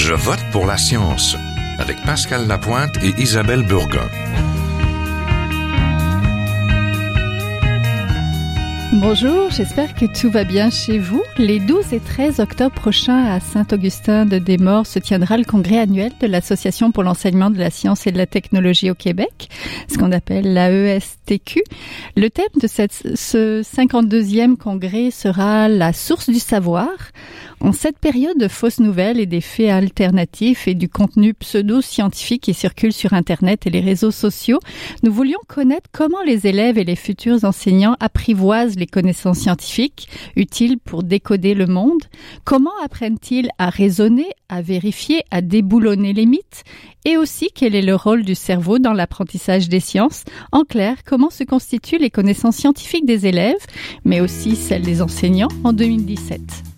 Je vote pour la science avec Pascal Lapointe et Isabelle Burgon. Bonjour, j'espère que tout va bien chez vous. Les 12 et 13 octobre prochains à Saint-Augustin-de-Desmaures se tiendra le congrès annuel de l'Association pour l'enseignement de la science et de la technologie au Québec, ce qu'on appelle l'AESTQ. Le thème de ce 52e congrès sera la source du savoir. En cette période de fausses nouvelles et des faits alternatifs et du contenu pseudo-scientifique qui circule sur Internet et les réseaux sociaux, nous voulions connaître comment les élèves et les futurs enseignants apprivoisent les connaissances scientifiques utiles pour décoder le monde. Comment apprennent-ils à raisonner, à vérifier, à déboulonner les mythes? Et aussi, quel est le rôle du cerveau dans l'apprentissage des sciences? En clair, comment se constituent les connaissances scientifiques des élèves, mais aussi celles des enseignants en 2017?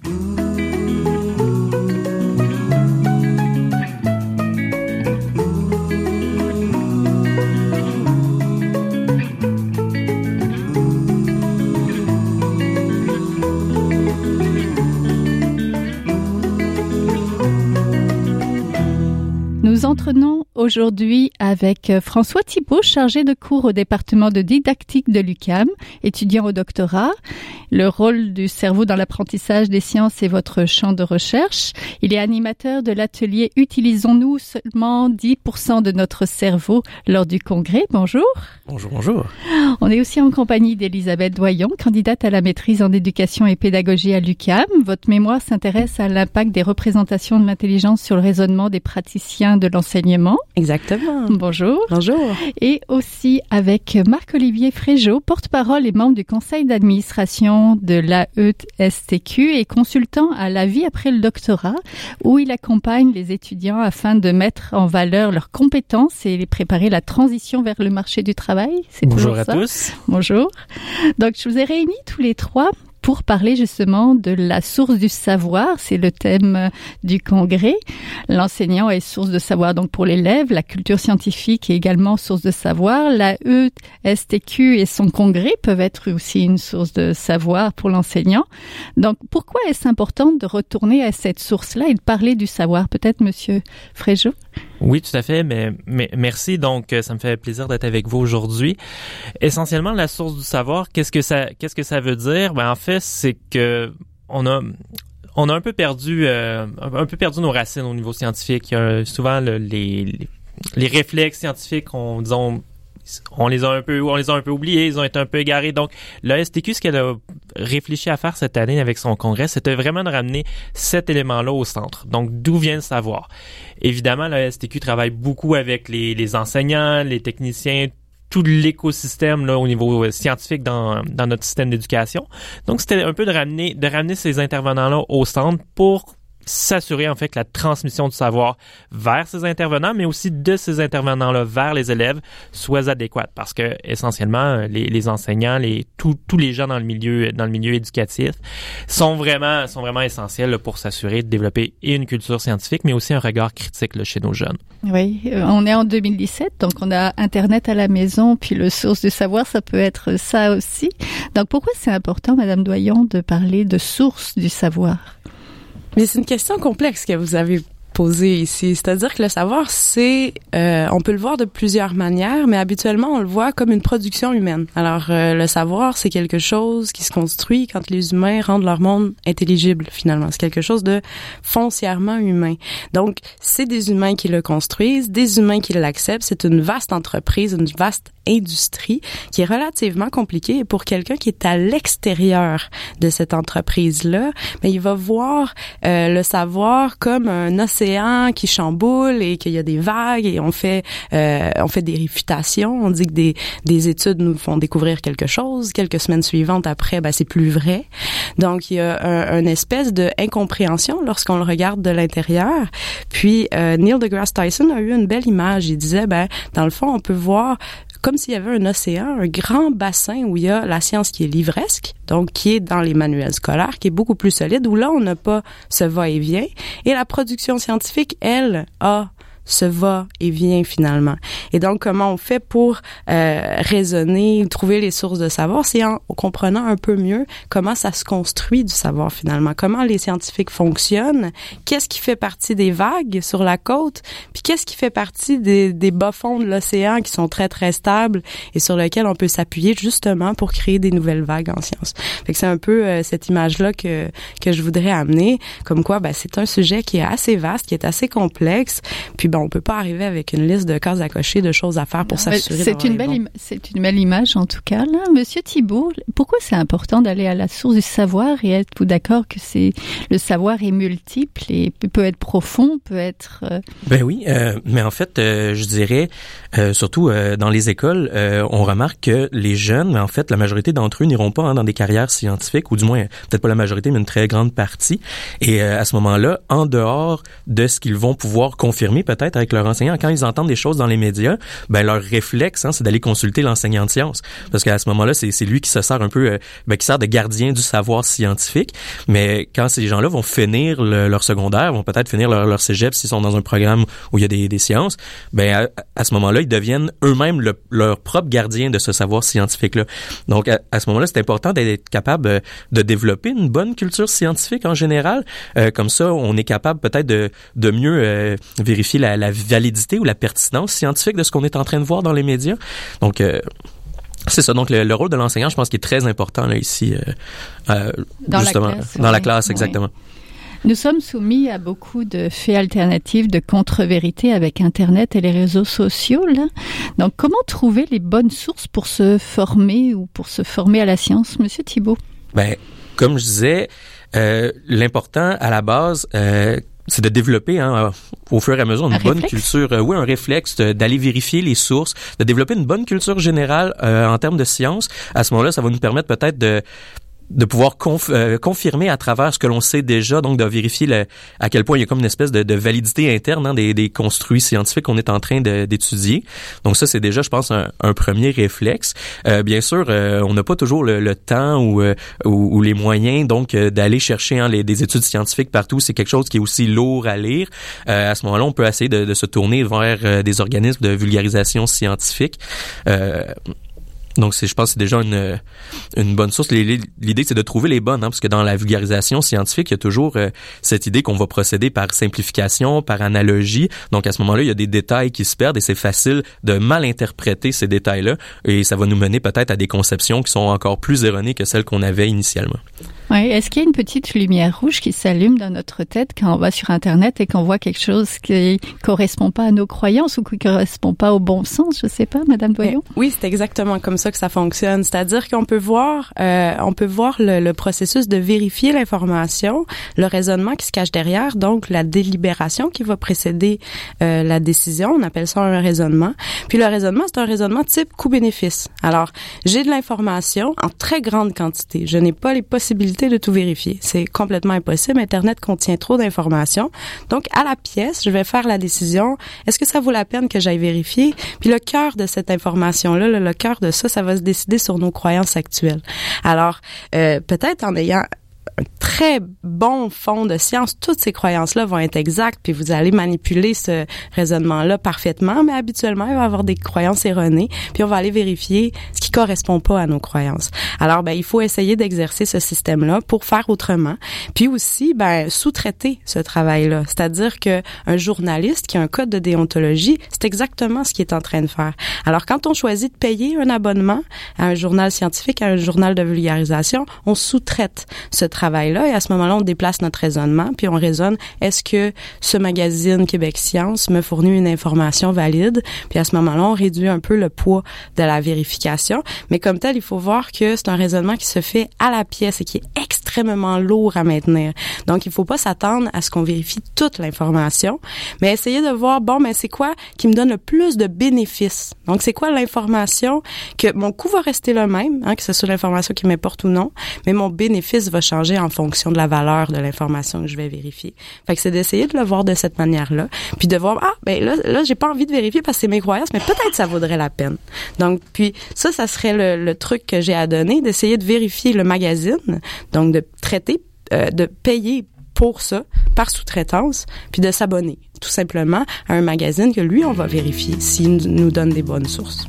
Nous entraînons aujourd'hui avec François Thibault, chargé de cours au département de didactique de l'UQAM, étudiant au doctorat. Le rôle du cerveau dans l'apprentissage des sciences est votre champ de recherche. Il est animateur de l'atelier « Utilisons-nous seulement 10% de notre cerveau » lors du congrès. Bonjour. Bonjour, bonjour. On est aussi en compagnie d'Elisabeth Doyon, candidate à la maîtrise en éducation et pédagogie à l'UQAM. Votre mémoire s'intéresse à l'impact des représentations de l'intelligence sur le raisonnement des praticiens de l'enseignement. Exactement. Bonjour. Bonjour. Et aussi avec Marc-Olivier Fréjot, porte-parole et membre du conseil d'administration de l'AESTQ et consultant à la vie après le doctorat, où il accompagne les étudiants afin de mettre en valeur leurs compétences et les préparer la transition vers le marché du travail. C'est Bonjour à tous. Bonjour. Donc, je vous ai réunis tous les trois pour parler justement de la source du savoir. C'est le thème du congrès. L'enseignant est source de savoir donc pour l'élève. La culture scientifique est également source de savoir. La ESTQ et son congrès peuvent être aussi une source de savoir pour l'enseignant. Donc, pourquoi est-ce important de retourner à cette source-là et de parler du savoir? Peut-être, Monsieur Fréjot? Oui, tout à fait. Mais merci. Donc, ça me fait plaisir d'être avec vous aujourd'hui. Essentiellement, la source du savoir, qu'est-ce que ça veut dire? Ben, en fait, c'est que on a un peu perdu nos racines au niveau scientifique. Il y a souvent les réflexes scientifiques, on les a un peu oubliés, ils ont été un peu égarés. Donc, la STQ, ce qu'elle a réfléchi à faire cette année avec son congrès, c'était vraiment de ramener cet élément-là au centre. Donc, d'où vient le savoir? Évidemment, la STQ travaille beaucoup avec les enseignants, les techniciens, tout l'écosystème là au niveau scientifique dans notre système d'éducation. Donc, c'était un peu de ramener ces intervenants-là au centre pour s'assurer en fait que la transmission du savoir vers ces intervenants, mais aussi de ces intervenants-là vers les élèves soit adéquate, parce que essentiellement les enseignants, tous les gens dans le milieu éducatif sont vraiment essentiels là, pour s'assurer de développer une culture scientifique, mais aussi un regard critique là, chez nos jeunes. Oui, on est en 2017, donc on a Internet à la maison, puis le source du savoir, ça peut être ça aussi. Donc pourquoi c'est important, Madame Doyon, de parler de source du savoir? Mais c'est une question complexe que vous avez posée ici. C'est-à-dire que le savoir, on peut le voir de plusieurs manières, mais habituellement, on le voit comme une production humaine. Alors, le savoir, c'est quelque chose qui se construit quand les humains rendent leur monde intelligible, finalement. C'est quelque chose de foncièrement humain. Donc, c'est des humains qui le construisent, des humains qui l'acceptent. C'est une vaste entreprise, une vaste industrie qui est relativement compliquée. Et pour quelqu'un qui est à l'extérieur de cette entreprise-là, mais il va voir le savoir comme un océan qui chamboule et qu'il y a des vagues et on fait des réfutations. On dit que des études nous font découvrir quelque chose. Quelques semaines suivantes après, c'est plus vrai. Donc, il y a une espèce de incompréhension lorsqu'on le regarde de l'intérieur. Puis, Neil deGrasse Tyson a eu une belle image. Il disait, dans le fond, on peut voir comme s'il y avait un océan, un grand bassin où il y a la science qui est livresque, donc qui est dans les manuels scolaires, qui est beaucoup plus solide, où là, on n'a pas ce va-et-vient. Et la production scientifique, elle, a ce va et vient finalement. Et donc, comment on fait pour raisonner, trouver les sources de savoir, c'est en comprenant un peu mieux comment ça se construit du savoir finalement, comment les scientifiques fonctionnent, qu'est-ce qui fait partie des vagues sur la côte, puis qu'est-ce qui fait partie des bas-fonds de l'océan qui sont très, très stables et sur lesquels on peut s'appuyer justement pour créer des nouvelles vagues en sciences. Fait que c'est un peu cette image-là que je voudrais amener, comme quoi c'est un sujet qui est assez vaste, qui est assez complexe, puis on peut pas arriver avec une liste de cases à cocher, de choses à faire pour s'assurer c'est une belle image en tout cas là. Monsieur Thibault, pourquoi c'est important d'aller à la source du savoir et êtes-vous d'accord que le savoir est multiple et peut être profond, peut être Ben oui, mais en fait je dirais surtout dans les écoles on remarque que les jeunes, mais en fait la majorité d'entre eux n'iront pas dans des carrières scientifiques, ou du moins peut-être pas la majorité mais une très grande partie, et à ce moment-là, en dehors de ce qu'ils vont pouvoir confirmer peut-être avec leur enseignant, quand ils entendent des choses dans les médias, leur réflexe c'est d'aller consulter l'enseignant de sciences, parce qu'à ce moment-là c'est lui qui se sert un peu qui sert de gardien du savoir scientifique. Mais quand ces gens-là vont finir leur secondaire, vont peut-être finir leur cégep s'ils sont dans un programme où il y a des sciences, à ce moment-là ils deviennent eux-mêmes leur propre gardien de ce savoir scientifique-là. Donc à ce moment-là c'est important d'être capable de développer une bonne culture scientifique en général. Comme ça, on est capable peut-être de mieux vérifier la validité ou la pertinence scientifique de ce qu'on est en train de voir dans les médias. Donc, c'est ça. Donc, le rôle de l'enseignant, je pense qu'il est très important là ici, justement, dans la classe, exactement. Oui. Nous sommes soumis à beaucoup de faits alternatifs, de contre-vérités avec Internet et les réseaux sociaux, là. Donc, comment trouver les bonnes sources pour se former ou pour se former à la science, Monsieur Thibault? Comme je disais, l'important à la base, c'est de développer au fur et à mesure une bonne culture, un réflexe d'aller vérifier les sources, de développer une bonne culture générale en termes de sciences. À ce moment-là, ça va nous permettre peut-être de pouvoir confirmer à travers ce que l'on sait déjà, donc de vérifier à quel point il y a comme une espèce de validité interne des construits scientifiques qu'on est en train d'étudier. Donc ça, c'est déjà, je pense, un premier réflexe. Bien sûr, on n'a pas toujours le temps ou les moyens donc d'aller chercher des études scientifiques partout. C'est quelque chose qui est aussi lourd à lire. À ce moment-là, on peut essayer de se tourner vers des organismes de vulgarisation scientifique. Donc, je pense que c'est déjà une bonne source. L'idée, c'est de trouver les bonnes, parce que dans la vulgarisation scientifique, il y a toujours cette idée qu'on va procéder par simplification, par analogie. Donc, à ce moment-là, il y a des détails qui se perdent et c'est facile de mal interpréter ces détails-là et ça va nous mener peut-être à des conceptions qui sont encore plus erronées que celles qu'on avait initialement. Oui. Est-ce qu'il y a une petite lumière rouge qui s'allume dans notre tête quand on va sur Internet et qu'on voit quelque chose qui correspond pas à nos croyances ou qui correspond pas au bon sens? Je sais pas, Madame Doyon? Oui, c'est exactement comme ça que ça fonctionne. C'est-à-dire qu'on peut voir, le processus de vérifier l'information, le raisonnement qui se cache derrière, donc la délibération qui va précéder la décision. On appelle ça un raisonnement. Puis le raisonnement, c'est un raisonnement type coût-bénéfice. Alors, j'ai de l'information en très grande quantité. Je n'ai pas les possibilités de tout vérifier. C'est complètement impossible. Internet contient trop d'informations. Donc, à la pièce, je vais faire la décision. Est-ce que ça vaut la peine que j'aille vérifier? Puis le cœur de cette information-là, le cœur de ça va se décider sur nos croyances actuelles. Alors, peut-être en ayant un très bon fond de science, toutes ces croyances-là vont être exactes, puis vous allez manipuler ce raisonnement-là parfaitement, mais habituellement, il va y avoir des croyances erronées, puis on va aller vérifier ce qui correspond pas à nos croyances. Alors, il faut essayer d'exercer ce système-là pour faire autrement, puis aussi, sous-traiter ce travail-là. C'est-à-dire que un journaliste qui a un code de déontologie, c'est exactement ce qu'il est en train de faire. Alors, quand on choisit de payer un abonnement à un journal scientifique, à un journal de vulgarisation, on sous-traite ce travail-là et à ce moment-là, on déplace notre raisonnement puis on raisonne, est-ce que ce magazine Québec Science me fournit une information valide? Puis à ce moment-là, on réduit un peu le poids de la vérification. Mais comme tel, il faut voir que c'est un raisonnement qui se fait à la pièce et qui est extrêmement lourd à maintenir. Donc, il faut pas s'attendre à ce qu'on vérifie toute l'information, mais essayer de voir, c'est quoi qui me donne le plus de bénéfices? Donc, c'est quoi l'information que mon coût va rester le même, que ce soit l'information qui m'importe ou non, mais mon bénéfice va changer en fonction de la valeur de l'information que je vais vérifier. Fait que c'est d'essayer de le voir de cette manière-là, puis de voir, là, j'ai pas envie de vérifier parce que c'est mes croyances, mais peut-être ça vaudrait la peine. Donc, puis ça serait le truc que j'ai à donner, d'essayer de vérifier le magazine, donc de traiter, de payer pour ça, par sous-traitance, puis de s'abonner. tout simplement à un magazine que lui, on va vérifier s'il nous donne des bonnes sources.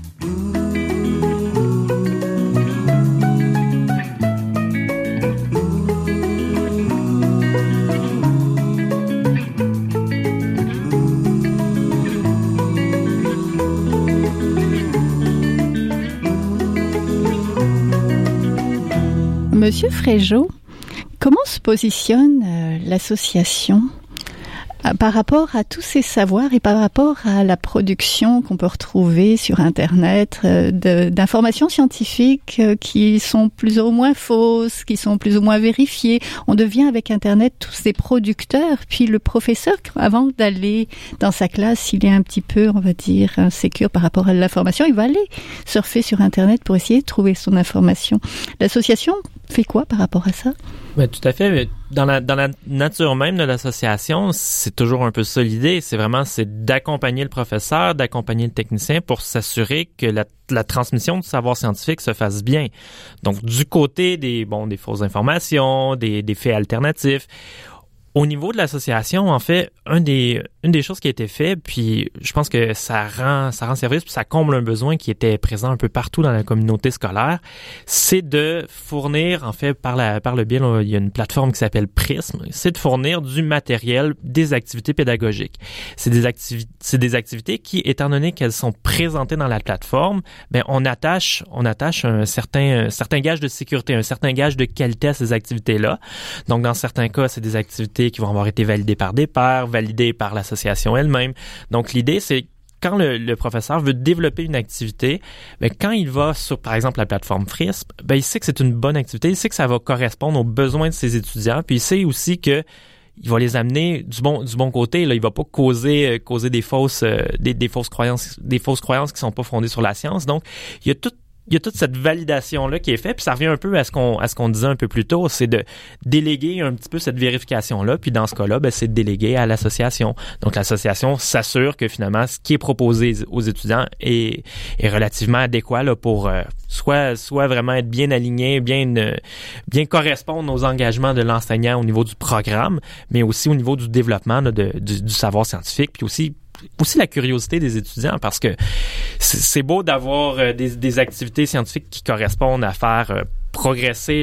Monsieur Fréjot, comment se positionne l'association par rapport à tous ces savoirs et par rapport à la production qu'on peut retrouver sur Internet d'informations scientifiques qui sont plus ou moins fausses, qui sont plus ou moins vérifiées. On devient avec Internet tous des producteurs. Puis le professeur, avant d'aller dans sa classe, il est un petit peu, on va dire, insécure par rapport à l'information, il va aller surfer sur Internet pour essayer de trouver son information. L'association fait quoi par rapport à ça? Ben, tout à fait. Dans la nature même de l'association, c'est toujours un peu ça l'idée. C'est d'accompagner le professeur, d'accompagner le technicien pour s'assurer que la transmission du savoir scientifique se fasse bien. Donc, du côté des fausses informations, des faits alternatifs, au niveau de l'association, en fait, une des choses qui a été faite, puis je pense que ça rend service, puis ça comble un besoin qui était présent un peu partout dans la communauté scolaire, c'est de fournir, en fait, par le biais, là, il y a une plateforme qui s'appelle Prism, c'est de fournir du matériel, des activités pédagogiques. C'est des activités qui, étant donné qu'elles sont présentées dans la plateforme, ben on attache un certain gage de sécurité, un certain gage de qualité à ces activités-là. Donc, dans certains cas, c'est des activités qui vont avoir été validées par des pairs, validées par l'association elle-même. Donc, l'idée, c'est quand le professeur veut développer une activité, ben, quand il va sur, par exemple, la plateforme FRISP, ben, il sait que c'est une bonne activité, il sait que ça va correspondre aux besoins de ses étudiants, puis il sait aussi que il va les amener du bon côté. Là, il va pas causer des fausses croyances qui sont pas fondées sur la science. Donc, il y a toute cette validation-là qui est faite, puis ça revient un peu à ce qu'on disait un peu plus tôt, c'est de déléguer un petit peu cette vérification-là, puis dans ce cas-là, ben, c'est de déléguer à l'association. Donc, l'association s'assure que finalement, ce qui est proposé aux étudiants est relativement adéquat là, pour soit vraiment être bien aligné, bien correspondre aux engagements de l'enseignant au niveau du programme, mais aussi au niveau du développement là, du savoir scientifique, puis aussi la curiosité des étudiants, parce que c'est beau d'avoir des activités scientifiques qui correspondent à faire progresser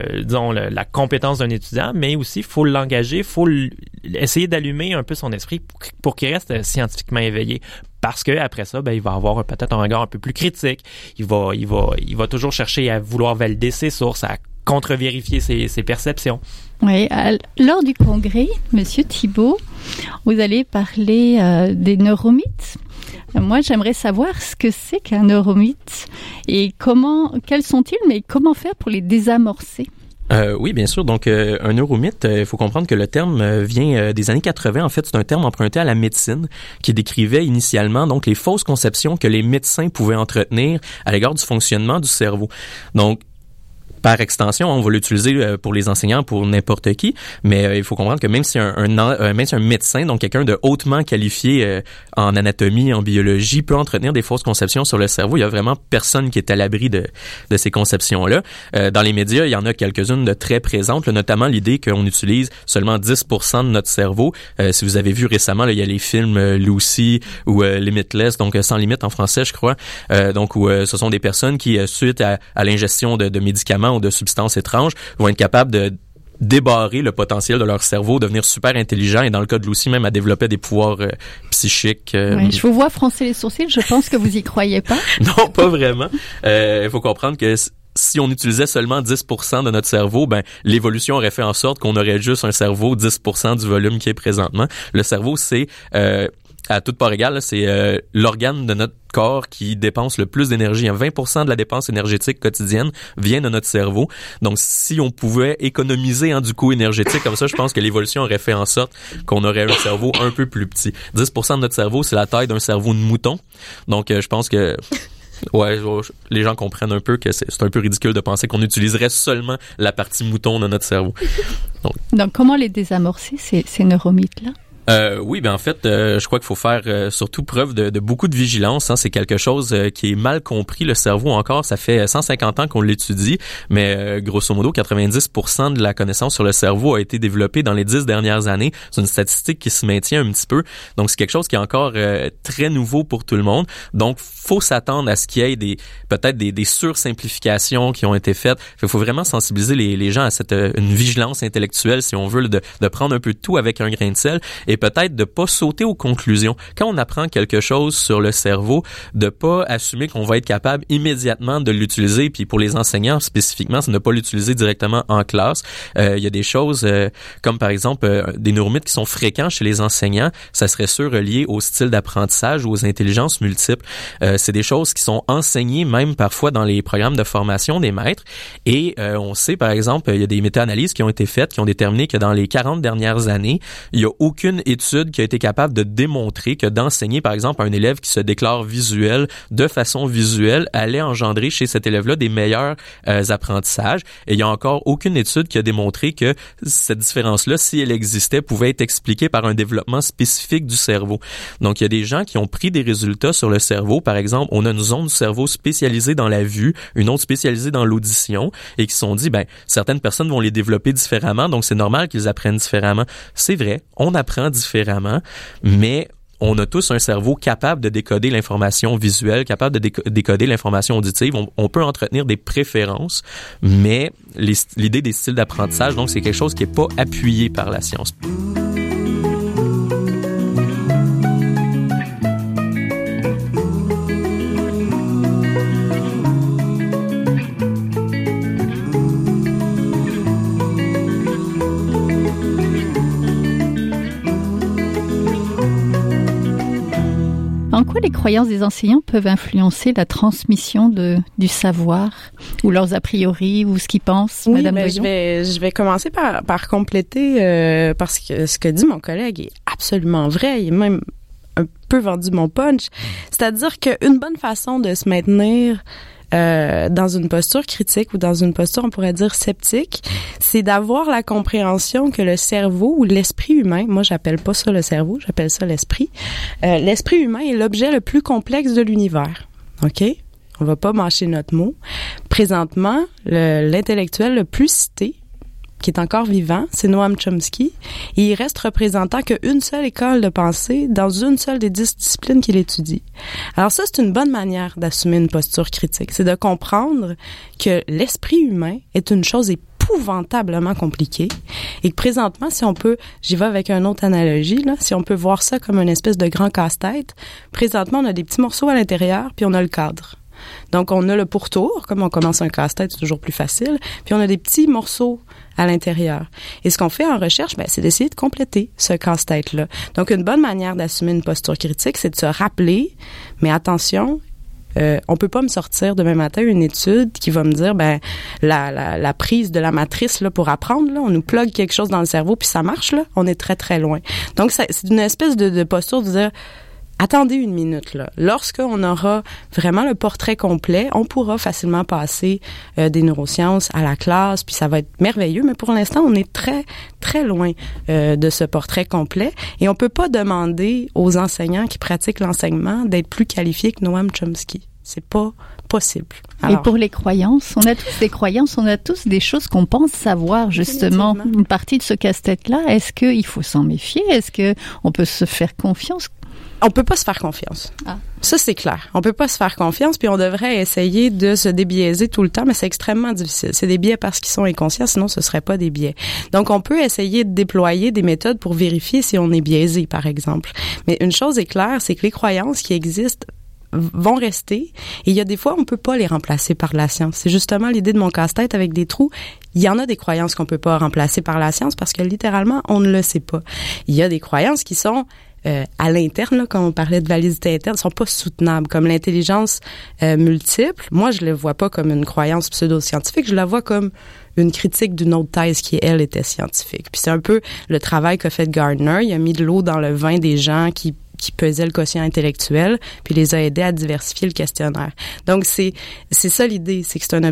la compétence d'un étudiant, mais aussi faut l'engager, faut essayer d'allumer un peu son esprit pour qu'il reste scientifiquement éveillé. Parce que après ça, ben il va avoir peut-être un regard un peu plus critique. Il va toujours chercher à vouloir valider ses sources, à contre-vérifier ses perceptions. Oui, lors du congrès, Monsieur Thibault, vous allez parler des neuromythes. Moi, j'aimerais savoir ce que c'est qu'un neuromythe et quels sont-ils, mais comment faire pour les désamorcer? Oui, bien sûr. Donc, un neuromythe, il faut comprendre que le terme vient des années 80. En fait, c'est un terme emprunté à la médecine qui décrivait initialement donc les fausses conceptions que les médecins pouvaient entretenir à l'égard du fonctionnement du cerveau. Donc, par extension, on va l'utiliser pour les enseignants, pour n'importe qui, mais il faut comprendre que même si même si un médecin, donc quelqu'un de hautement qualifié en anatomie, en biologie, peut entretenir des fausses conceptions sur le cerveau, il y a vraiment personne qui est à l'abri de ces conceptions-là. Dans les médias, il y en a quelques-unes de très présentes, là, notamment l'idée qu'on utilise seulement 10% de notre cerveau. Si vous avez vu récemment, là, il y a les films Lucy ou Limitless, donc Sans limite en français, je crois, donc où ce sont des personnes qui, suite à l'ingestion de médicaments ou de substances étranges, vont être capables de débarrer le potentiel de leur cerveau, devenir super intelligent et dans le cas de Lucy même à développer des pouvoirs psychiques. Oui, je vous vois froncer les sourcils, je pense que vous y croyez pas. Non, pas vraiment. Il faut comprendre que si on utilisait seulement 10% de notre cerveau, ben l'évolution aurait fait en sorte qu'on aurait juste un cerveau 10% du volume qui est présentement. Le cerveau, c'est à toute part égale, c'est l'organe de notre corps qui dépense le plus d'énergie. 20% de la dépense énergétique quotidienne vient de notre cerveau. Donc, si on pouvait économiser du coût énergétique comme ça, je pense que l'évolution aurait fait en sorte qu'on aurait un cerveau un peu plus petit. 10% de notre cerveau, c'est la taille d'un cerveau de mouton. Donc, je pense que ouais, les gens comprennent un peu que c'est un peu ridicule de penser qu'on utiliserait seulement la partie mouton de notre cerveau. Donc comment les désamorcer, ces neuromythes-là? Oui, en fait, je crois qu'il faut faire surtout preuve de beaucoup de vigilance. Hein. C'est quelque chose qui est mal compris. Le cerveau encore, ça fait 150 ans qu'on l'étudie, mais grosso modo, 90% de la connaissance sur le cerveau a été développée dans les 10 dernières années. C'est une statistique qui se maintient un petit peu. Donc, c'est quelque chose qui est encore très nouveau pour tout le monde. Donc, faut s'attendre à ce qu'il y ait peut-être des sursimplifications qui ont été faites. Il faut vraiment sensibiliser les gens à une vigilance intellectuelle, si on veut, de prendre un peu de tout avec un grain de sel et peut-être de pas sauter aux conclusions. Quand on apprend quelque chose sur le cerveau, de pas assumer qu'on va être capable immédiatement de l'utiliser. Puis pour les enseignants spécifiquement, c'est ne pas l'utiliser directement en classe. Il y a des choses comme par exemple des neuromythes qui sont fréquents chez les enseignants. Ça serait sûr relié au style d'apprentissage ou aux intelligences multiples. C'est des choses qui sont enseignées même parfois dans les programmes de formation des maîtres. Et on sait par exemple, il y a des méta-analyses qui ont été faites qui ont déterminé que dans les 40 dernières années, il y a aucune étude qui a été capable de démontrer que d'enseigner par exemple à un élève qui se déclare visuel de façon visuelle allait engendrer chez cet élève-là des meilleurs apprentissages. Et il y a encore aucune étude qui a démontré que cette différence-là, si elle existait, pouvait être expliquée par un développement spécifique du cerveau. Donc, il y a des gens qui ont pris des résultats sur le cerveau. Par exemple, on a une zone du cerveau spécialisée dans la vue, une autre spécialisée dans l'audition, et qui se sont dit, certaines personnes vont les développer différemment, donc c'est normal qu'ils apprennent différemment. C'est vrai, on apprend différemment, mais on a tous un cerveau capable de décoder l'information visuelle, capable de décoder l'information auditive. On peut entretenir des préférences, mais l'idée des styles d'apprentissage, donc c'est quelque chose qui n'est pas appuyé par la science. En quoi les croyances des enseignants peuvent influencer la transmission du savoir ou leurs a priori ou ce qu'ils pensent, oui, Madame Doyon? Je vais commencer par compléter parce que ce que dit mon collègue est absolument vrai. Il est même un peu vendu mon punch. C'est-à-dire qu'une bonne façon de se maintenir dans une posture critique ou dans une posture, on pourrait dire, sceptique, c'est d'avoir la compréhension que le cerveau ou l'esprit humain, moi j'appelle pas ça le cerveau, j'appelle ça l'esprit, l'esprit humain est l'objet le plus complexe de l'univers. OK? On va pas mâcher notre mot. Présentement, l'intellectuel le plus cité, qui est encore vivant, c'est Noam Chomsky, et il reste représentant qu'une seule école de pensée dans une seule des 10 disciplines qu'il étudie. Alors ça, c'est une bonne manière d'assumer une posture critique, c'est de comprendre que l'esprit humain est une chose épouvantablement compliquée et que présentement, si on peut, j'y vais avec une autre analogie, là, si on peut voir ça comme une espèce de grand casse-tête, présentement, on a des petits morceaux à l'intérieur, puis on a le cadre. Donc, on a le pourtour, comme on commence un casse-tête, c'est toujours plus facile, puis on a des petits morceaux à l'intérieur. Et ce qu'on fait en recherche, c'est d'essayer de compléter ce casse-tête-là. Donc, une bonne manière d'assumer une posture critique, c'est de se rappeler, mais attention, on peut pas me sortir demain matin une étude qui va me dire, la prise de la matrice là pour apprendre, là, on nous plug quelque chose dans le cerveau puis ça marche, là, on est très, très loin. Donc, c'est une espèce de posture de dire, attendez une minute, là. Lorsqu'on aura vraiment le portrait complet, on pourra facilement passer des neurosciences à la classe, puis ça va être merveilleux, mais pour l'instant, on est très, très loin de ce portrait complet. Et on peut pas demander aux enseignants qui pratiquent l'enseignement d'être plus qualifiés que Noam Chomsky. C'est pas possible. Alors, et pour les croyances, on a tous des croyances, on a tous des choses qu'on pense savoir, justement. Une partie de ce casse-tête-là, est-ce qu'il faut s'en méfier? Est-ce qu'on peut se faire confiance? On peut pas se faire confiance. Ah. Ça, c'est clair. On peut pas se faire confiance, puis on devrait essayer de se débiaiser tout le temps, mais c'est extrêmement difficile. C'est des biais parce qu'ils sont inconscients, sinon ce serait pas des biais. Donc, on peut essayer de déployer des méthodes pour vérifier si on est biaisé, par exemple. Mais une chose est claire, c'est que les croyances qui existent vont rester, et il y a des fois, on peut pas les remplacer par la science. C'est justement l'idée de mon casse-tête avec des trous. Il y en a des croyances qu'on peut pas remplacer par la science parce que littéralement, on ne le sait pas. Il y a des croyances qui sont à l'interne, là, quand on parlait de validité interne, sont pas soutenables, comme l'intelligence multiple. Moi, je le vois pas comme une croyance pseudo-scientifique, je la vois comme une critique d'une autre thèse qui, elle, était scientifique. Puis c'est un peu le travail qu'a fait Gardner. Il a mis de l'eau dans le vin des gens qui pesaient le quotient intellectuel, puis les a aidés à diversifier le questionnaire. Donc, c'est ça l'idée, c'est que c'est un objet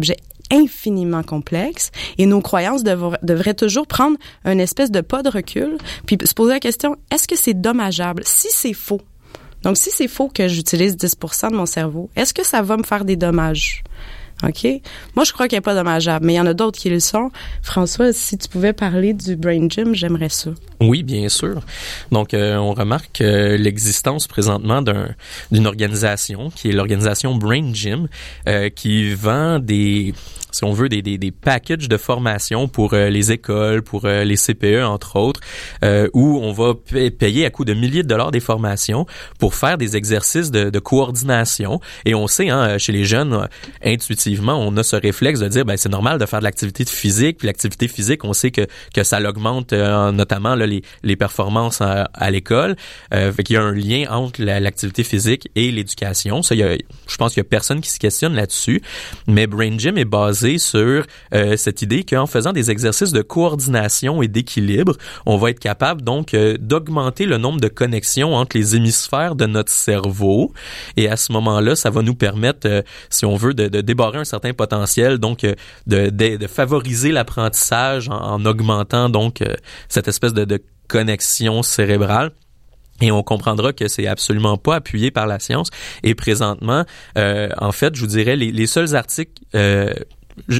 infiniment complexe et nos croyances devraient toujours prendre une espèce de pas de recul puis se poser la question, est-ce que c'est dommageable? Si c'est faux, donc si c'est faux que j'utilise 10% de mon cerveau, est-ce que ça va me faire des dommages? OK? Moi, je crois qu'il n'est pas dommageable, mais il y en a d'autres qui le sont. François, si tu pouvais parler du Brain Gym, j'aimerais ça. Oui, bien sûr. Donc, on remarque l'existence présentement d'une organisation qui est l'organisation Brain Gym, qui vend si on veut, des packages de formation pour les écoles, pour les CPE, entre autres, où on va payer à coût de milliers de dollars des formations pour faire des exercices de coordination. Et on sait, chez les jeunes, intuitivement, on a ce réflexe de dire, ben c'est normal de faire de l'activité physique. Puis l'activité physique, on sait que ça l'augmente, notamment là, les performances à l'école. Fait qu'il y a un lien entre l'activité physique et l'éducation. Ça, je pense qu'il y a personne qui se questionne là-dessus. Mais Brain Gym est basé sur cette idée qu'en faisant des exercices de coordination et d'équilibre, on va être capable donc d'augmenter le nombre de connexions entre les hémisphères de notre cerveau. Et à ce moment-là, ça va nous permettre, si on veut, de débarrer un certain potentiel, donc de favoriser l'apprentissage en augmentant donc cette espèce de connexion cérébrale. Et on comprendra que c'est absolument pas appuyé par la science. Et présentement, en fait, je vous dirais, les seuls articles je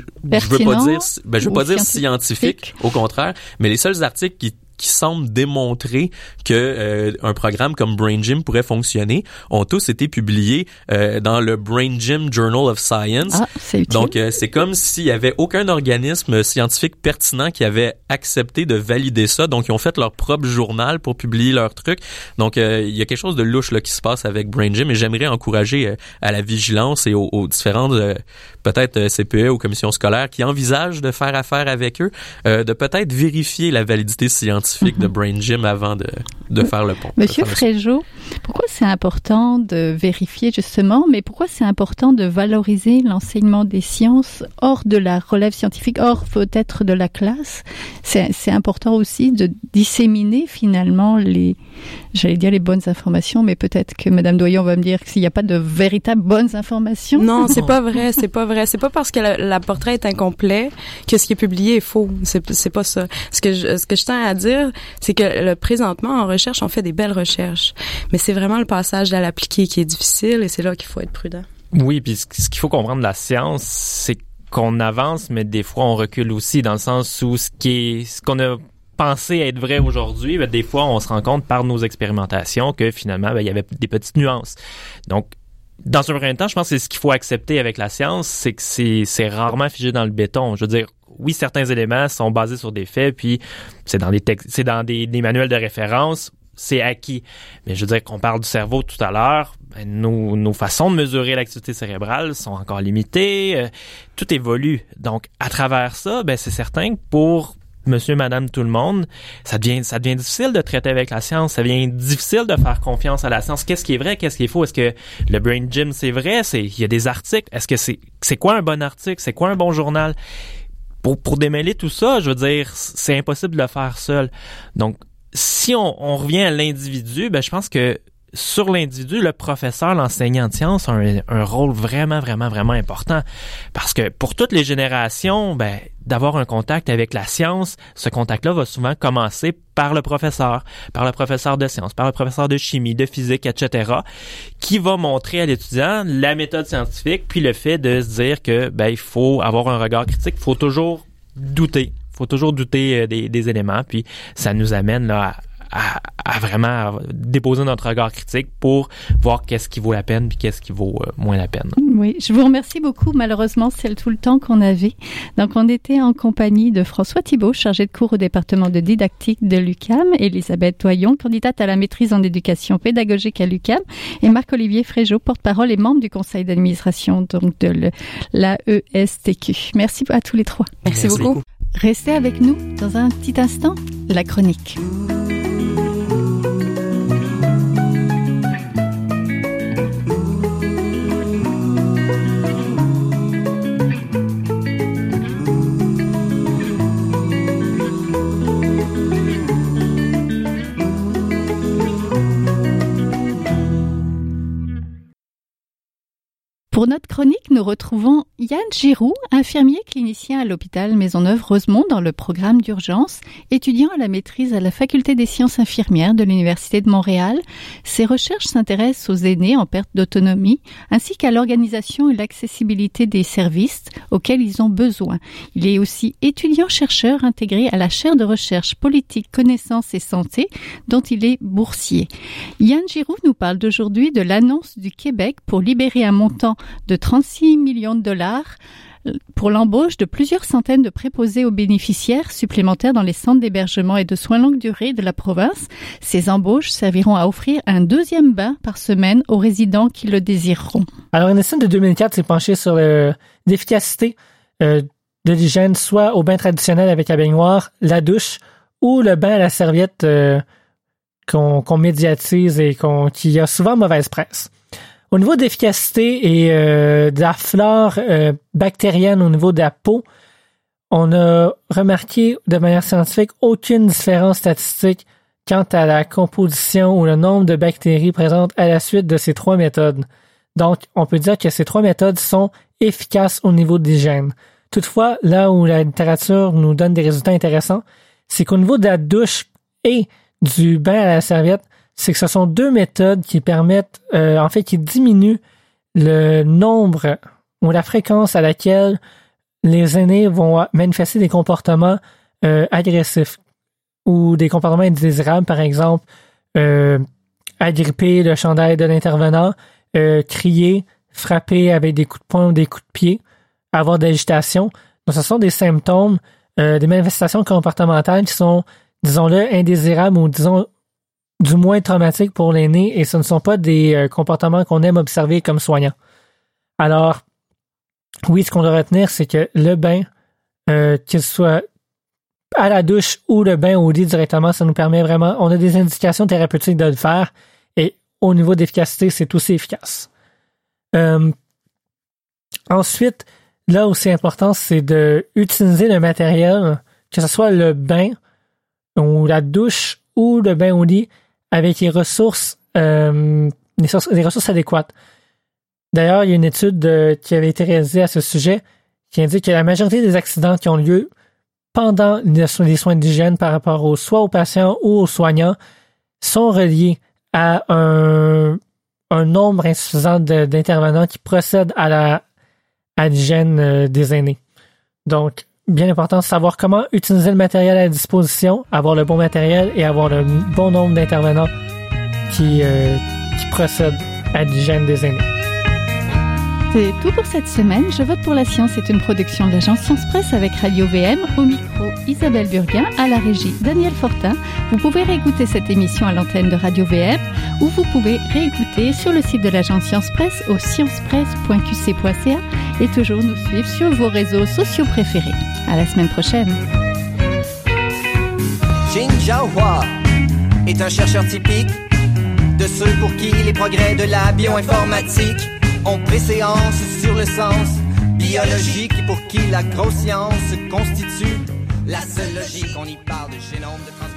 veux pas dire scientifique, au contraire, mais les seuls articles qui semblent démontrer que un programme comme Brain Gym pourrait fonctionner ont tous été publiés dans le Brain Gym Journal of Science. Ah, c'est utile. Donc c'est comme s'il y avait aucun organisme scientifique pertinent qui avait accepté de valider ça. Donc ils ont fait leur propre journal pour publier leur truc. Donc il y a quelque chose de louche là qui se passe avec Brain Gym et j'aimerais encourager à la vigilance et aux différentes peut-être CPE ou commissions scolaires qui envisagent de faire affaire avec eux, de peut-être vérifier la validité scientifique de Brain Gym avant de faire le pont. Monsieur Fréjot, pourquoi c'est important de vérifier justement, mais pourquoi c'est important de valoriser l'enseignement des sciences hors de la relève scientifique, hors peut-être de la classe? C'est important aussi de disséminer finalement les bonnes informations, mais peut-être que Madame Doyon va me dire qu'il n'y a pas de véritables bonnes informations. Non, c'est pas vrai. C'est pas parce que la portrait est incomplet que ce qui est publié est faux. C'est pas ça. Ce que je tiens à dire, c'est que présentement, en recherche, on fait des belles recherches. Mais c'est vraiment le passage à l'appliquer qui est difficile et c'est là qu'il faut être prudent. Oui, puis ce qu'il faut comprendre de la science, c'est qu'on avance, mais des fois, on recule aussi dans le sens où ce qu'on a pensé être vrai aujourd'hui, ben, des fois, on se rend compte par nos expérimentations que finalement, ben, il y avait des petites nuances. Donc, dans un premier temps, je pense que c'est ce qu'il faut accepter avec la science, c'est que c'est rarement figé dans le béton. Je veux dire, oui, certains éléments sont basés sur des faits, puis c'est dans des textes, c'est dans des manuels de référence, c'est acquis. Mais je veux dire qu'on parle du cerveau tout à l'heure, ben, nos façons de mesurer l'activité cérébrale sont encore limitées, tout évolue. Donc, à travers ça, ben c'est certain que pour monsieur, madame, tout le monde, ça devient difficile de traiter avec la science, ça devient difficile de faire confiance à la science. Qu'est-ce qui est vrai, qu'est-ce qui est faux? Est-ce que le Brain Gym, c'est vrai? Il y a des articles. Est-ce que c'est quoi un bon article? C'est quoi un bon journal? Pour démêler tout ça, je veux dire, c'est impossible de le faire seul. Donc, si on revient à l'individu, ben je pense que sur l'individu, le professeur, l'enseignant de sciences a un rôle vraiment, vraiment, vraiment important. Parce que pour toutes les générations, ben d'avoir un contact avec la science, ce contact-là va souvent commencer par le professeur de sciences, par le professeur de chimie, de physique, etc., qui va montrer à l'étudiant la méthode scientifique, puis le fait de se dire que ben il faut avoir un regard critique, il faut toujours douter des éléments, puis ça nous amène là à vraiment déposer notre regard critique pour voir qu'est-ce qui vaut la peine puis qu'est-ce qui vaut moins la peine. Oui, je vous remercie beaucoup. Malheureusement, c'est tout le temps qu'on avait. Donc, on était en compagnie de François Thibault, chargé de cours au département de didactique de l'UQAM, Elisabeth Doyon, candidate à la maîtrise en éducation pédagogique à l'UQAM, et Marc-Olivier Fréjot, porte-parole et membre du conseil d'administration donc de l'AESTQ. Merci à tous les trois. Merci beaucoup. Restez avec nous dans un petit instant, la chronique. Pour notre chronique, nous retrouvons Yann Giroux, infirmier clinicien à l'hôpital Maisonneuve-Rosemont dans le programme d'urgence, étudiant à la maîtrise à la Faculté des sciences infirmières de l'Université de Montréal. Ses recherches s'intéressent aux aînés en perte d'autonomie, ainsi qu'à l'organisation et l'accessibilité des services auxquels ils ont besoin. Il est aussi étudiant-chercheur intégré à la chaire de recherche politique, connaissances et santé, dont il est boursier. Yann Giroux nous parle d'aujourd'hui de l'annonce du Québec pour libérer un montant de 36 millions de dollars pour l'embauche de plusieurs centaines de préposés aux bénéficiaires supplémentaires dans les centres d'hébergement et de soins longue durée de la province. Ces embauches serviront à offrir un deuxième bain par semaine aux résidents qui le désireront. Alors, une étude de 2004 s'est penchée sur l'efficacité de l'hygiène, soit au bain traditionnel avec la baignoire, la douche, ou le bain à la serviette qu'on médiatise et qui a souvent mauvaise presse. Au niveau d'efficacité et de la flore bactérienne au niveau de la peau, on a remarqué de manière scientifique aucune différence statistique quant à la composition ou le nombre de bactéries présentes à la suite de ces trois méthodes. Donc, on peut dire que ces trois méthodes sont efficaces au niveau de l'hygiène. Toutefois, là où la littérature nous donne des résultats intéressants, c'est qu'au niveau de la douche et du bain à la serviette, c'est que ce sont deux méthodes qui permettent, qui diminuent le nombre ou la fréquence à laquelle les aînés vont manifester des comportements agressifs ou des comportements indésirables, par exemple, agripper le chandail de l'intervenant, crier, frapper avec des coups de poing ou des coups de pied, avoir de l'agitation. Donc, ce sont des symptômes, des manifestations comportementales qui sont, disons-le, indésirables ou disons du moins traumatiques pour l'aîné, et ce ne sont pas des comportements qu'on aime observer comme soignants. Alors, oui, ce qu'on doit retenir, c'est que le bain, qu'il soit à la douche ou le bain au lit directement, ça nous permet vraiment, on a des indications thérapeutiques de le faire, et au niveau d'efficacité, c'est aussi efficace. Ensuite, là où c'est important, c'est de utiliser le matériel, que ce soit le bain ou la douche ou le bain au lit, avec les ressources adéquates. D'ailleurs, il y a une étude qui avait été réalisée à ce sujet qui indique que la majorité des accidents qui ont lieu pendant les soins d'hygiène par rapport soit aux patients ou aux soignants sont reliés à un nombre insuffisant d'intervenants qui procèdent à l'hygiène des aînés. Donc, bien important de savoir comment utiliser le matériel à disposition, avoir le bon matériel et avoir le bon nombre d'intervenants qui procèdent à l'hygiène des aînés. C'est tout pour cette semaine. Je vote pour la science est une production de l'agence Science Presse avec Radio VM. Au micro, Isabelle Burguin. À la régie, Daniel Fortin. Vous pouvez réécouter cette émission à l'antenne de Radio VM ou vous pouvez réécouter sur le site de l'agence Science Presse au sciencepresse.qc.ca et toujours nous suivre sur vos réseaux sociaux préférés. À la semaine prochaine. Jin Jiahua est un chercheur typique de ceux pour qui les progrès de la bioinformatique ont préséance sur le sens biologique et pour qui la grosse science constitue la seule logique. On y parle de génome, de transcription.